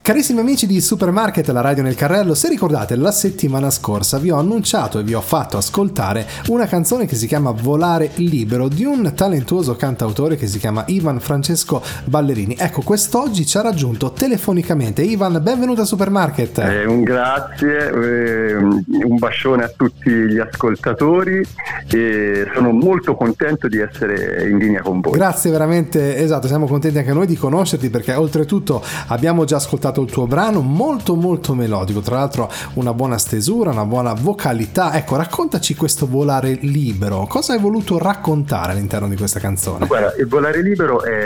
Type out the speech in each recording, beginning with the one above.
Carissimi amici di Supermarket, la radio nel carrello, se ricordate la settimana scorsa vi ho annunciato e vi ho fatto ascoltare una canzone che si chiama Volare Libero di un talentuoso cantautore che si chiama Ivan Francesco Ballerini. Ecco, quest'oggi ci ha raggiunto telefonicamente. Ivan, benvenuto a Supermarket. Un grazie, un bacione a tutti gli ascoltatori e sono molto contento di essere in linea con voi. Grazie veramente, esatto, siamo contenti anche noi di conoscerti perché oltretutto abbiamo già ascoltato il tuo brano molto molto melodico, tra l'altro una buona stesura, una buona vocalità. Ecco, raccontaci questo Volare Libero, cosa hai voluto raccontare all'interno di questa canzone? Guarda, il Volare Libero è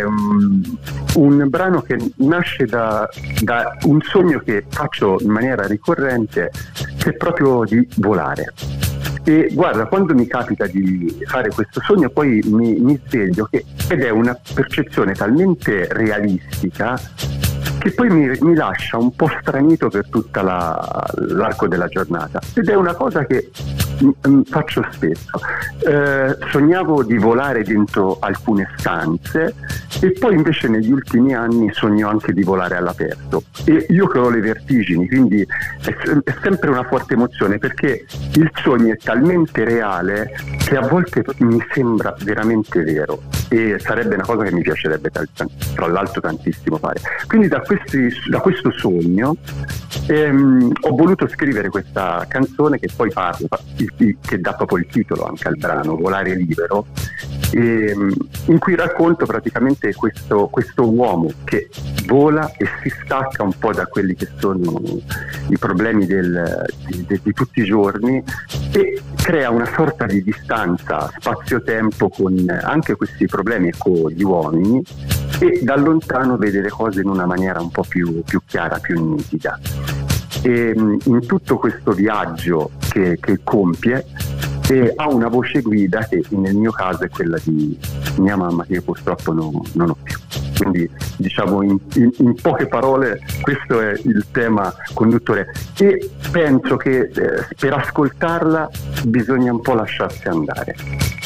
un brano che nasce da un sogno che faccio in maniera ricorrente, che è proprio di volare. E guarda, quando mi capita di fare questo sogno poi mi sveglio ed è una percezione talmente realistica che poi mi lascia un po' stranito per tutta l'arco della giornata, ed è una cosa che faccio spesso. Sognavo di volare dentro alcune stanze e poi invece negli ultimi anni sogno anche di volare all'aperto, e io che ho le vertigini, quindi è sempre una forte emozione, perché il sogno è talmente reale che a volte mi sembra veramente vero, e sarebbe una cosa che mi piacerebbe tra l'altro tantissimo fare. Quindi da questo sogno ho voluto scrivere questa canzone che poi che dà proprio il titolo anche al brano, Volare Libero, in cui racconto praticamente questo uomo che vola e si stacca un po' da quelli che sono i problemi di tutti i giorni, e crea una sorta di distanza spazio-tempo con anche questi problemi e con gli uomini, e da lontano vede le cose in una maniera un po' più chiara, più nitida. E in tutto questo viaggio che compie ha una voce guida che nel mio caso è quella di mia mamma, che io purtroppo non ho più. Quindi diciamo in poche parole questo è il tema conduttore, e penso che per ascoltarla bisogna un po' lasciarsi andare.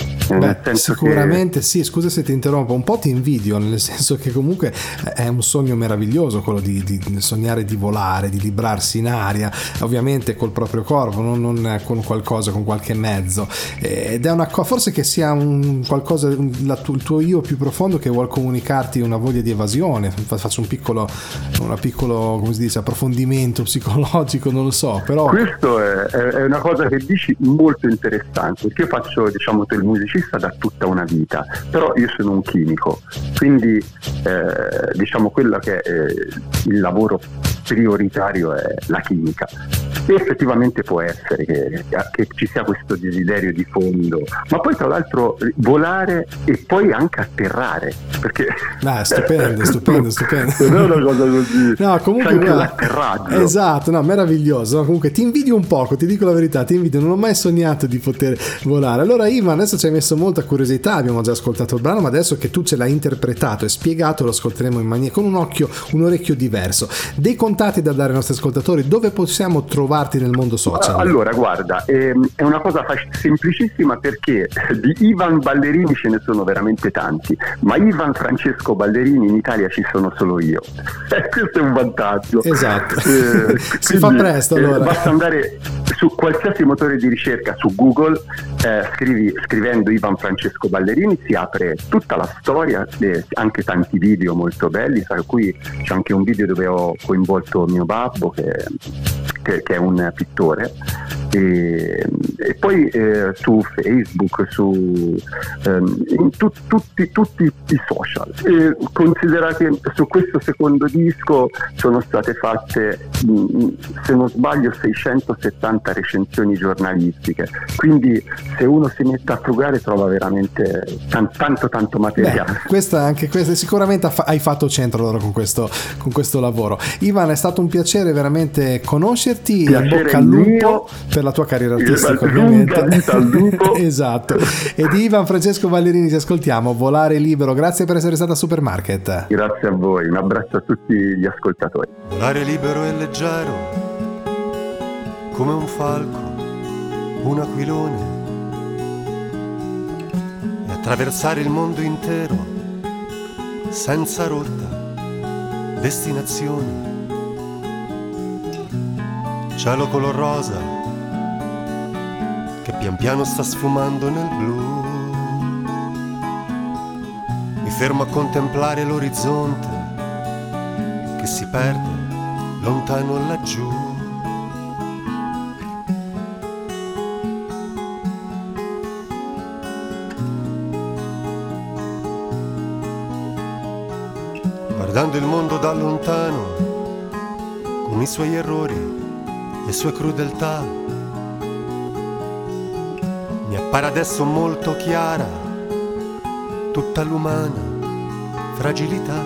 Sicuramente sì, scusa se ti interrompo, un po' ti invidio, nel senso che comunque è un sogno meraviglioso quello di sognare di volare, di librarsi in aria, ovviamente col proprio corpo, non con qualcosa, con qualche mezzo, ed è una forse che sia un qualcosa, il tuo io più profondo che vuol comunicarti una voglia di evasione. Faccio un piccolo come si dice, approfondimento psicologico, non lo so, però questo è una cosa che dici molto interessante, perché io faccio, diciamo, il musicista da tutta una vita, però io sono un chimico, quindi diciamo quello che è il lavoro prioritario è la chimica, e effettivamente può essere che ci sia questo desiderio di fondo, ma poi tra l'altro volare e poi anche atterrare, perché stupendo non è una cosa così, no, comunque anche l'atterraggio, esatto, no, meraviglioso, no, comunque ti invidio un poco, ti dico la verità, ti invidio, non ho mai sognato di poter volare. Allora Ivan, adesso ci hai messo molta curiosità, abbiamo già ascoltato il brano, ma adesso che tu ce l'hai interpretato e spiegato lo ascolteremo in maniera con un orecchio diverso. Dei contatti da dare ai nostri ascoltatori, dove possiamo trovarti nel mondo social? Allora guarda, è una cosa semplicissima, perché di Ivan Ballerini ce ne sono veramente tanti, ma Ivan Francesco Ballerini in Italia ci sono solo io. Questo è un vantaggio. Esatto. Si fa presto allora. Basta andare su qualsiasi motore di ricerca, su Google, scrivendo Ivan Francesco Ballerini si apre tutta la storia, anche tanti video molto belli, tra cui c'è anche un video dove ho coinvolto mio babbo che è un pittore, e poi su Facebook, in tutti i social. E considera che su questo secondo disco sono state fatte, se non sbaglio, 670 recensioni giornalistiche, quindi se uno si mette a frugare trova veramente tanto materiale. Questa sicuramente hai fatto centro allora con questo lavoro. Ivan, è stato un piacere veramente conoscerti, in bocca al lupo per la tua carriera artistica, ovviamente. Vita al lupo. Esatto. E di Ivan Francesco Ballerini ci ascoltiamo Volare Libero. Grazie per essere stata a Supermarket. Grazie a voi, un abbraccio a tutti gli ascoltatori. Volare libero e leggero come un falco, un aquilone, e attraversare il mondo intero senza rotta, destinazione, cielo color rosa che pian piano sta sfumando nel blu. Mi fermo a contemplare l'orizzonte che si perde lontano laggiù. Guardando il mondo da lontano, con i suoi errori e le sue crudeltà, mi appare adesso molto chiara tutta l'umana fragilità.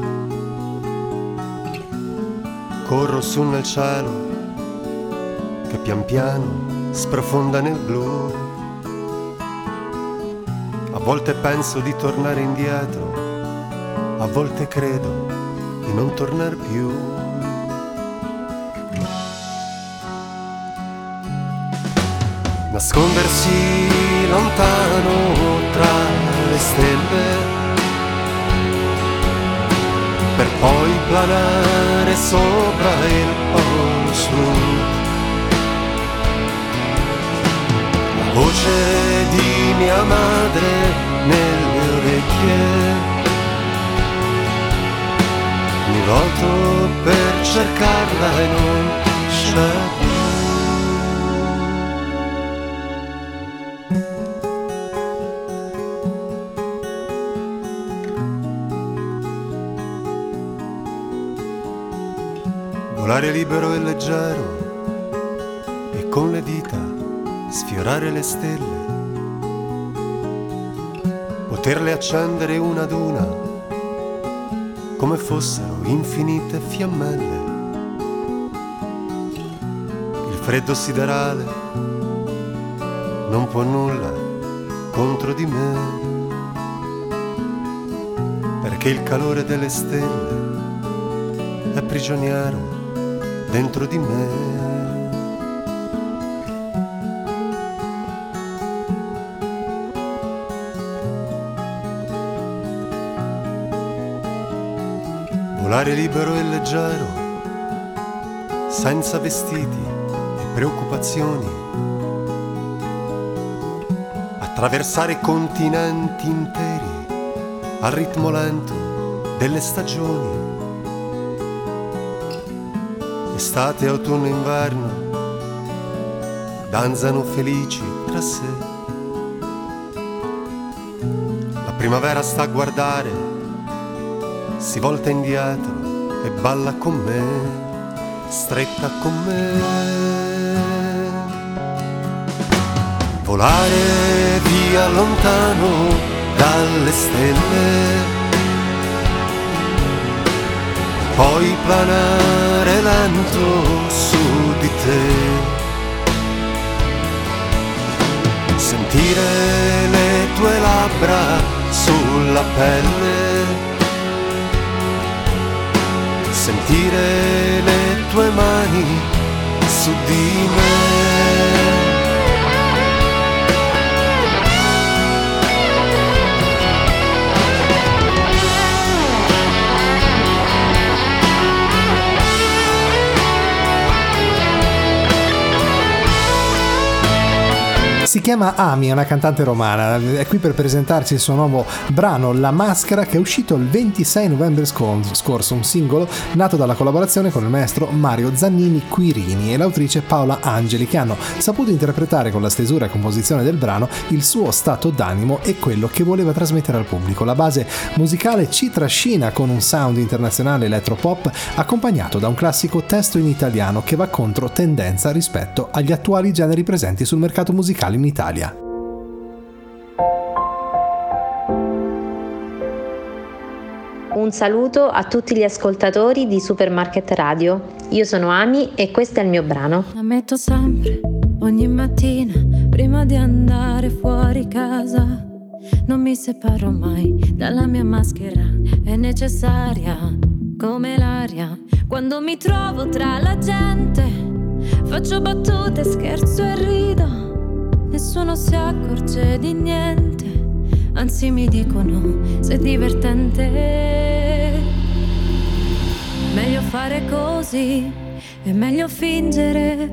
Corro su nel cielo che pian piano sprofonda nel blu. A volte penso di tornare indietro, a volte credo di non tornar più. Nascondersi lontano tra le stelle per poi planare sopra il polo sud. La voce di mia madre nelle orecchie, mi volto per cercarla e non c'è più. Volare libero e leggero e con le dita sfiorare le stelle, poterle accendere una ad una come fossero infinite fiammelle. Il freddo siderale non può nulla contro di me, perché il calore delle stelle è prigioniero dentro di me. Volare libero e leggero, senza vestiti e preoccupazioni, attraversare continenti interi al ritmo lento delle stagioni. Estate, autunno e inverno danzano felici tra sé. La primavera sta a guardare, si volta indietro e balla con me, stretta con me. Volare via lontano dalle stelle, poi planare lento su di te, sentire le tue labbra sulla pelle, sentire le tue mani su di me. Si chiama Ami, è una cantante romana, è qui per presentarci il suo nuovo brano La Maschera, che è uscito il 26 novembre scorso, un singolo nato dalla collaborazione con il maestro Mario Zannini Quirini e l'autrice Paola Angeli, che hanno saputo interpretare con la stesura e composizione del brano il suo stato d'animo e quello che voleva trasmettere al pubblico. La base musicale ci trascina con un sound internazionale elettropop accompagnato da un classico testo in italiano che va contro tendenza rispetto agli attuali generi presenti sul mercato musicale in Italia. Un saluto a tutti gli ascoltatori di Supermarket Radio. Io sono Ami e questo è il mio brano. La metto sempre, ogni mattina, prima di andare fuori casa. Non mi separo mai dalla mia maschera, è necessaria come l'aria. Quando mi trovo tra la gente, faccio battute, scherzo e rido. Nessuno si accorge di niente, anzi mi dicono sei divertente. Meglio fare così, è meglio fingere.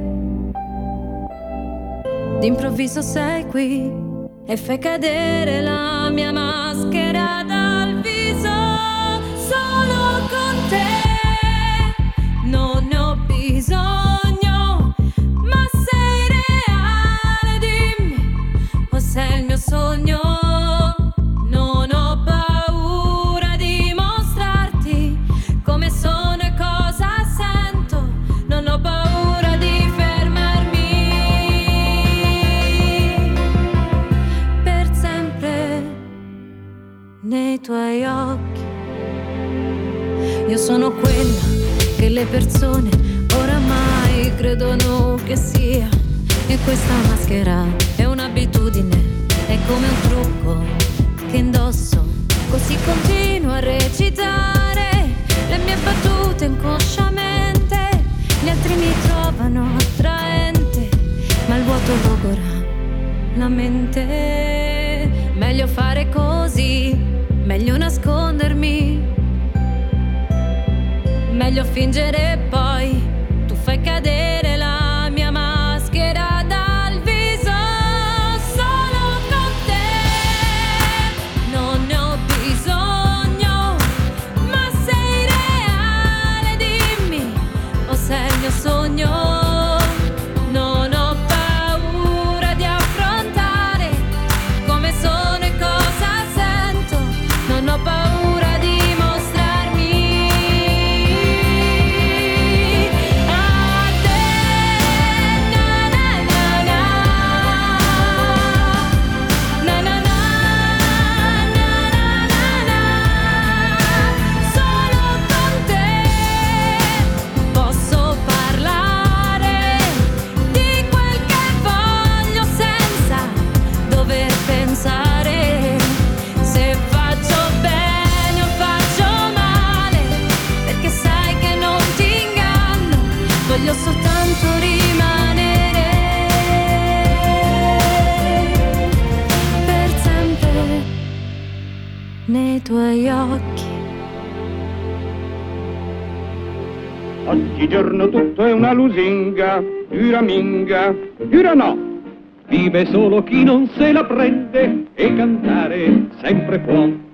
D'improvviso sei qui e fai cadere la mia maschera dal viso. Solo con te non ne ho bisogno, ma sei reale, dimmi, o sei il mio sogno. Non ho paura di mostrarti come sono e cosa sento, non ho paura di fermarmi. Per sempre nei tuoi occhi io sono quella che le persone oramai credono che sia. E questa maschera è un'abitudine, è come un trucco che indosso, così continuo a recitare le mie battute inconsciamente. Gli altri mi trovano attraente, ma il vuoto logora la mente. Meglio fare così, meglio nascondermi, meglio fingere e poi tu fai cadere la mia maschera dal viso. Solo con te non ne ho bisogno, ma sei reale, dimmi, o sei il mio sogno. Non ho paura di affrontare come sono e cosa sento, non ho paura di voglio soltanto rimanere per sempre nei tuoi occhi. Oggigiorno tutto è una lusinga, dura minga, dura no. Vive solo chi non se la prende e cantare sempre può.